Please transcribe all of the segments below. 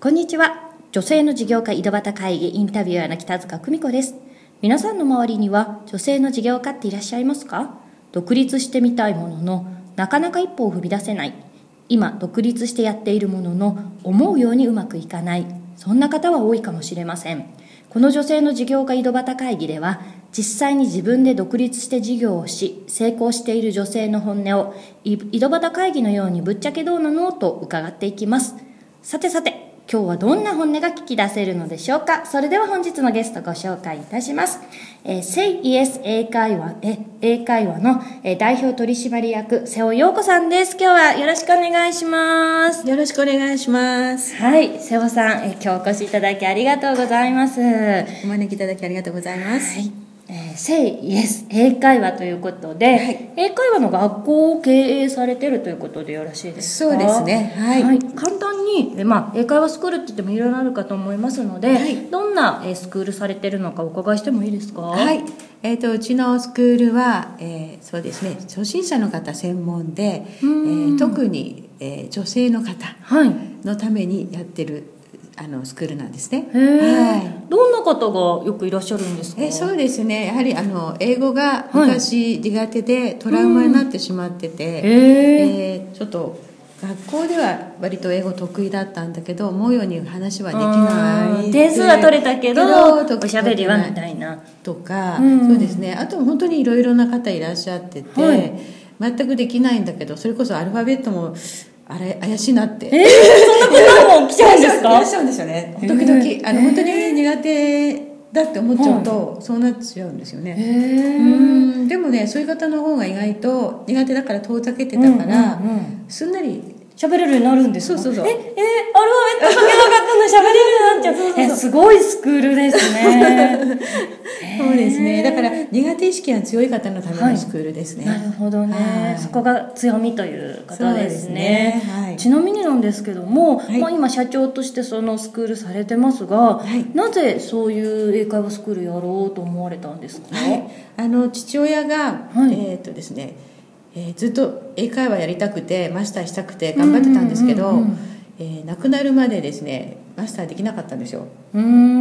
こんにちは。女性の事業家井戸端会議インタビュアーの北塚久美子です。皆さんの周りには女性の事業家っていらっしゃいますか？独立してみたいもののなかなか一歩を踏み出せない、今独立してやっているものの思うようにうまくいかない、そんな方は多いかもしれません。この女性の事業家井戸端会議では、実際に自分で独立して事業をし成功している女性の本音を井戸端会議のようにぶっちゃけどうなのと伺っていきます。さて今日はどんな本音が聞き出せるのでしょうか。それでは本日のゲストご紹介いたします。Say Yes 英会話の代表取締役瀬尾陽子さんです。今日はよろしくお願いします。 よろしくお願いします。 はい、瀬尾さん、今日お越しいただきありがとうございます。 お招きいただきありがとうございます。 はい、Say Yes 英会話ということで、はい、英会話の学校を経営されているということでよろしいですか？ そうですね、はい、 はい、簡単に、英会話スクールって言ってもいろいろあるかと思いますので、はい、どんなスクールされてるのかお伺いしてもいいですか？ はい、うちのスクールは、そうですね、初心者の方専門で、特に、女性の方のためにやってるスクールなんですね。 はい、どんな方がよくいらっしゃるんですか？ そうですね、やはり英語が昔苦手でトラウマになってしまってて、ちょっと学校では割と英語得意だったんだけど思うように話はできない、 点数は取れたけどおしゃべりはみたいなとか、そうですね、あと本当にいろいろな方いらっしゃってて、全くできないんだけどそれこそアルファベットもあれ怪しいなって、 そんなことも来ちゃうんですか？ いらっしゃるんですよね、時々本当に苦手だって思っちゃうと、そうなっちゃうんですよね。でもね、そういう方の方が意外と苦手だから遠ざけてたから、すんなり喋れるようになるんですか？ そうアルファベット書けなかったのに喋れるようになっちゃう。すごいスクールですね。 そうですね、だから苦手意識が強い方のためのスクールですね。 なるほどね、そこが強みということですね。ちなみになんですけども、今社長としてそのスクールされてますが、なぜそういう英会話スクールやろうと思われたんですか？ 父親が、ですね、ずっと英会話やりたくてマスターしたくて頑張ってたんですけど、亡くなるまでですねマスターできなかったんですよ。で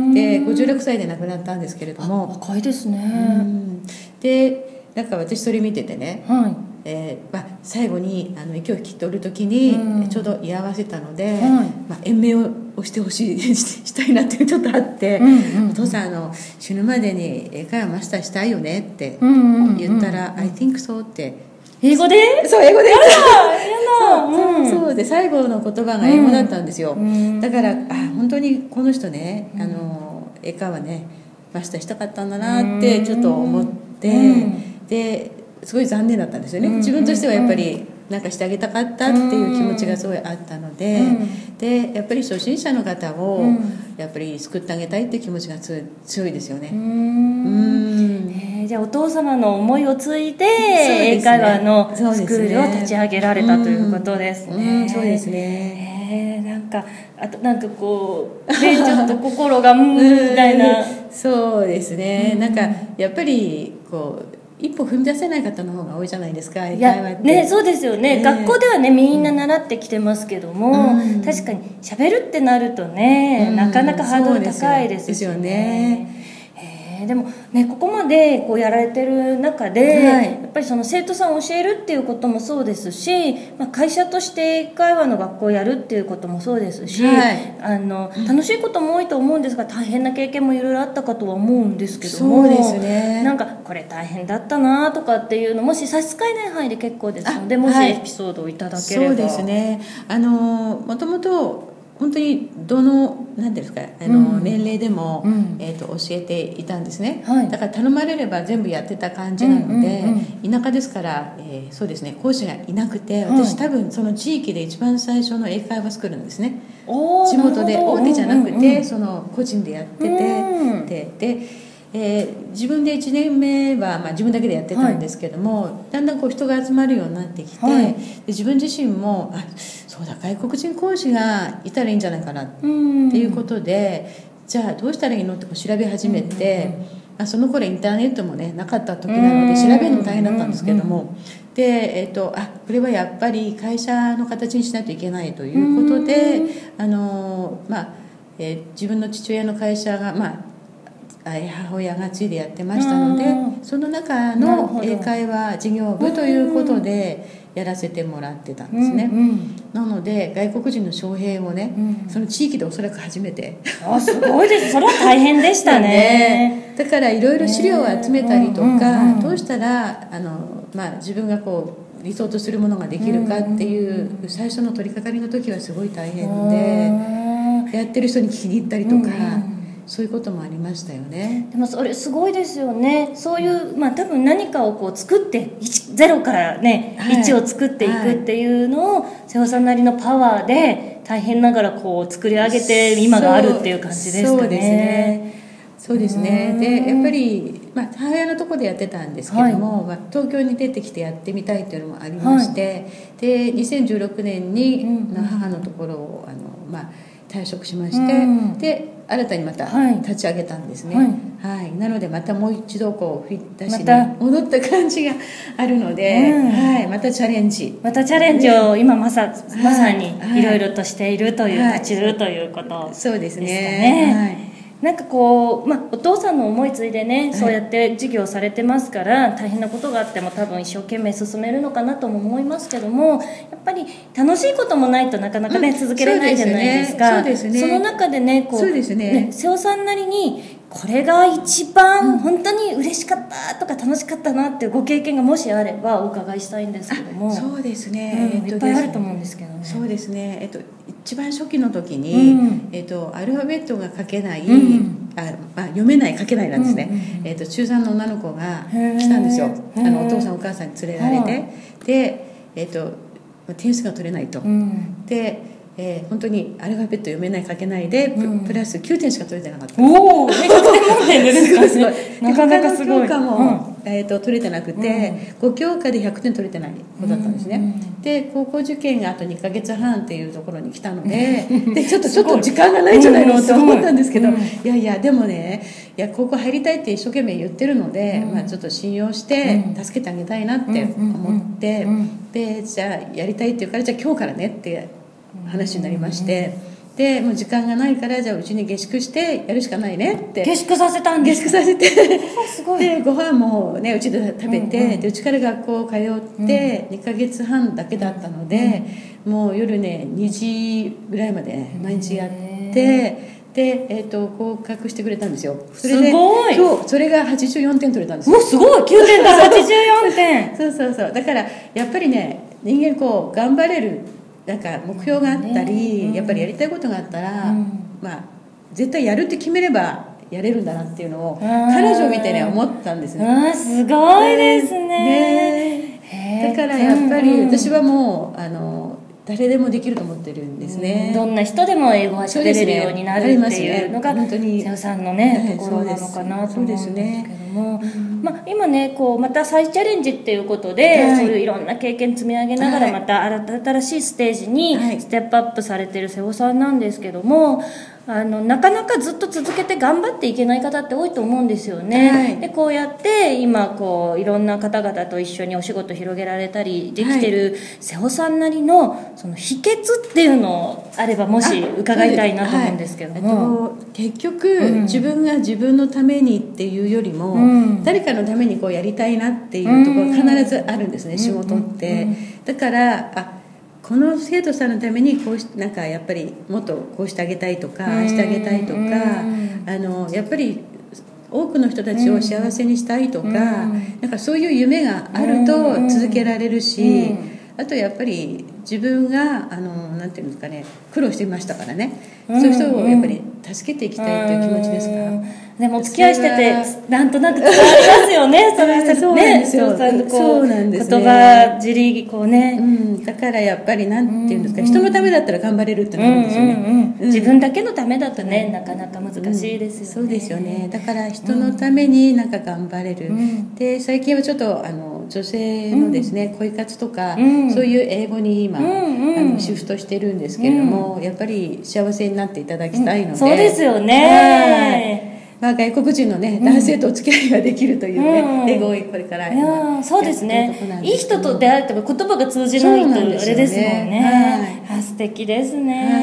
56歳で亡くなったんですけれども、 若いですね。 でなんか私それ見ててね、最後に息を引き取る時にちょうど居合わせたので、延命をしてほしいしたいなっていうちょっとあって、お父さん死ぬまでに英会話マスターしたいよねって言ったら、I think so って英語で？ そう、英語でそうで最後の言葉が英語だったんですよ。だから本当にこの人ね、英会話ねマスターしたかったんだなってちょっと思って、ですごい残念だったんですよね。自分としてはやっぱりなんかしてあげたかったっていう気持ちがすごいあったので、でやっぱり初心者の方をやっぱり救ってあげたいっていう気持ちが強いですよね。 じゃあお父様の思いを継いで英会話のスクールを立ち上げられたということですね。 そうですね。 なんかこう、ちょっと心がみたいな。 そうですね。なんかやっぱりこう一歩踏み出せない方の方が多いじゃないですか、英会話って。 そうですよね、学校ではねみんな習ってきてますけども、確かに喋るってなるとね、なかなかハードル高いですよね。でもね、ここまでこうやられてる中で、やっぱりその生徒さんを教えるっていうこともそうですし、会社として英会話の学校をやるっていうこともそうですし、楽しいことも多いと思うんですが、大変な経験もいろいろあったかとは思うんですけども、 そうですね、 なんかこれ大変だったなとかっていうの、もし差し支えない範囲で結構ですので、もしエピソードをいただければ。 そうですね、もともと本当に何ですか、年齢でも、教えていたんですね。だから頼まれれば全部やってた感じなので、田舎ですから、そうですね、講師がいなくて、私多分その地域で一番最初の英会話スクールなんですね。地元で大手じゃなくて、その個人でやってて、自分で1年目は、自分だけでやってたんですけども、だんだんこう人が集まるようになってきて、で自分自身もそうだ、外国人講師がいたらいいんじゃないかなっていうことで、じゃあどうしたらいいのって調べ始めて、その頃インターネットもねなかった時なので調べるのも大変だったんですけども、で、これはやっぱり会社の形にしないといけないということで、 自分の父親の会社が、母親が継いでやってましたので、その中の英会話事業部ということでやらせてもらってたんですね。なので外国人の招聘をね、その地域でおそらく初めて。 すごいです。それは大変でしたね。 だからいろいろ資料を集めたりとか、どうしたら自分が理想とするものができるかっていう最初の取り掛かりの時はすごい大変で、やってる人に聞きに行ったりとか、そういうこともありましたよね。 でもそれすごいですよね。そういう多分何かを作ってゼロからね、1を作っていくっていうのを瀬尾さんなりのパワーで大変ながら作り上げて今があるっていう感じですかね。 そうですね。でやっぱり母親のところでやってたんですけども、東京に出てきてやってみたいっていうのもありまして、で2016年に母のところを退職しまして、で新たにまた立ち上げたんですね。なのでまたもう一度フィットしに戻った感じがあるので、またチャレンジを今まさにいろいろとしているという途中ということですかね。そうですね。なんかお父さんの思いついでね、そうやって事業されてますから大変なことがあっても多分一生懸命進めるのかなとも思いますけども、やっぱり楽しいこともないとなかなかね、続けられないじゃないですか。その中でね、瀬尾さんなりにこれが一番本当に嬉しかったとか楽しかったなっていうご経験がもしあればお伺いしたいんですけども。 そうですね、 いっぱいあると思うんですけどね。 そうですね、一番初期の時に、アルファベットが書けない、読めない書けないなんですね、中3の女の子が来たんですよ。お父さんお母さんに連れられて、で、点数が取れないと、で本当にアルファベット読めない書けないでプラス9点しか取れてなかった。 おお、100点満点ですか。すごい。なかなかすごい。 教科も、取れてなくて、5教科で100点取れてない子だったんですね。で高校受験があと2ヶ月半っていうところに来たので、でちょっと時間がないんじゃないのって思ったんですけど、いやでもね、高校入りたいって一生懸命言ってるので、ちょっと信用して助けてあげたいなって思って、でじゃあやりたいって言うから、じゃあ今日からねって話になりまして、でもう時間がないから、じゃあうちに下宿してやるしかないねって。 下宿させたんですか。 下宿させてすごい。 でご飯もねうちで食べて、でうちから学校通って2ヶ月半だけだったので、もう夜ね2時ぐらいまで毎日やって、で、合格してくれたんですよ。それで、 すごい。 それが84点取れたんですよ。 もうすごい、9点から84点そうだからやっぱりね、人間頑張れるなんか目標があったり、やっぱりやりたいことがあったら、絶対やるって決めればやれるんだなっていうのを彼女を見てね思ったんですね。 すごいですね。 だからやっぱり私はもう誰でもできると思ってるんですね。 どんな人でも英語が喋れるようになるっていうのが瀬尾さんのねところなのかなと思うんですけども、今ねまた再チャレンジっていうことで、そういういろんな経験積み上げながらまた新しいステージにステップアップされてる瀬尾さんなんですけども、なかなかずっと続けて頑張っていけない方って多いと思うんですよね。でこうやって今いろんな方々と一緒にお仕事広げられたりできてる瀬尾さんなりのその秘訣っていうのあればもし伺いたいなと思うんですけども、 結局、自分が自分のためにっていうよりも、誰かのためにやりたいなっていうところが必ずあるんですね、仕事って。だからこの生徒さんのためになんかやっぱりもっとこうしてあげたいとかしてあげたいとか、やっぱり多くの人たちを幸せにしたいとか、なんかそういう夢があると続けられるし、あとやっぱり自分がなんていうんですかね、苦労していましたからね、そういう人をやっぱり助けていきたいという気持ちですか。 でもお付き合いしててなんとなく伝わりますよね。それはそうなんですよ。 そうなんですね。言葉尻だからやっぱりなんていうんですか、人のためだったら頑張れるってなるんですよね。 自分だけのためだとね、なかなか難しいですよね。 そうですよね。だから人のためになんか頑張れる。で最近はちょっと女性のですね、恋活とか、そういう英語に今シフトしてるんですけれども、やっぱり幸せになっていただきたいので。 そうですよね。 外国人のね、男性とお付き合いができるというね、英語をこれからそうですね。いい人と出会えても言葉が通じないとあれですもんね。素敵ですね。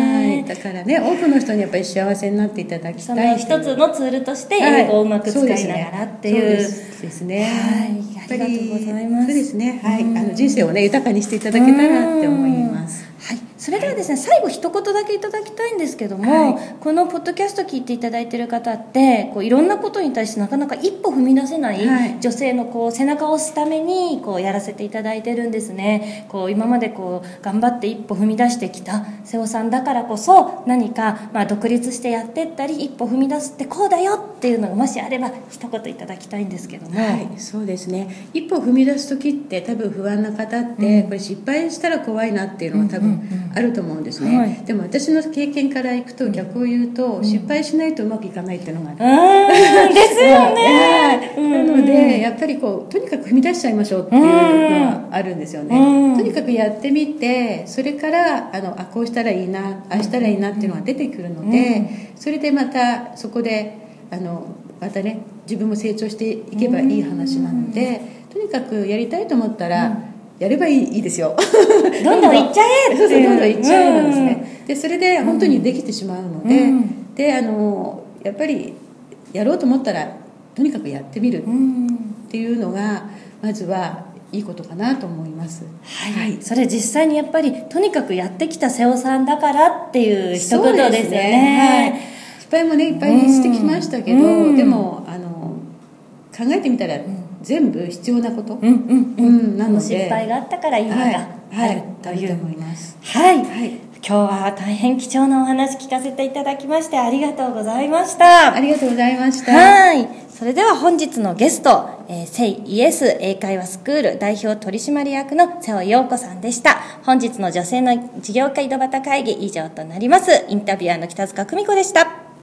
だからね、多くの人にやっぱり幸せになっていただきたい。 その一つのツールとして英語をうまく使いながらっていう。 そうですね。 はい、ありがとうございます。 そうですね。はい、人生をね豊かにしていただけたらって思います。 はい、それではですね、最後一言だけいただきたいんですけども、このポッドキャスト聞いていただいている方っていろんなことに対してなかなか一歩踏み出せない女性の背中を押すためにやらせていただいてるんですね。今まで頑張って一歩踏み出してきた瀬尾さんだからこそ、何か独立してやっていったり、一歩踏み出すってこうだよっていうのがもしあれば一言いただきたいんですけども。 はい、そうですね。一歩踏み出す時って多分不安な方って、これ失敗したら怖いなっていうのは多分あると思うんですね。はい、でも私の経験からいくと逆を言うと、失敗しないとうまくいかないっていうのがある。 ですよね。 なのでやっぱりとにかく踏み出しちゃいましょうっていうのはあるんですよね。とにかくやってみて、それからこうしたらいいな、ああしたらいいなっていうのが出てくるので、それでまたそこでまたね自分も成長していけばいい話なので、とにかくやりたいと思ったら、やればいいですよ。 どんどんいっちゃえっていう。 どんどんいっちゃえなんですね。でそれで本当にできてしまうので、でやっぱりやろうと思ったらとにかくやってみるっていうのがまずはいいことかなと思います。 はい、それ実際にやっぱりとにかくやってきた瀬尾さんだからっていう一言ですよね。はい、 失敗もねいっぱいしてきましたけど、でも考えてみたら全部必要なことなので、 失敗があったから今があるという、 思います。 はい、今日は大変貴重なお話聞かせていただきましてありがとうございました。 ありがとうございました。 はい、それでは本日のゲスト、Say Yes 英会話スクール代表取締役の瀬尾陽子さんでした。本日の女性の事業家井戸端会議以上となります。インタビュアーの北塚久美子でした。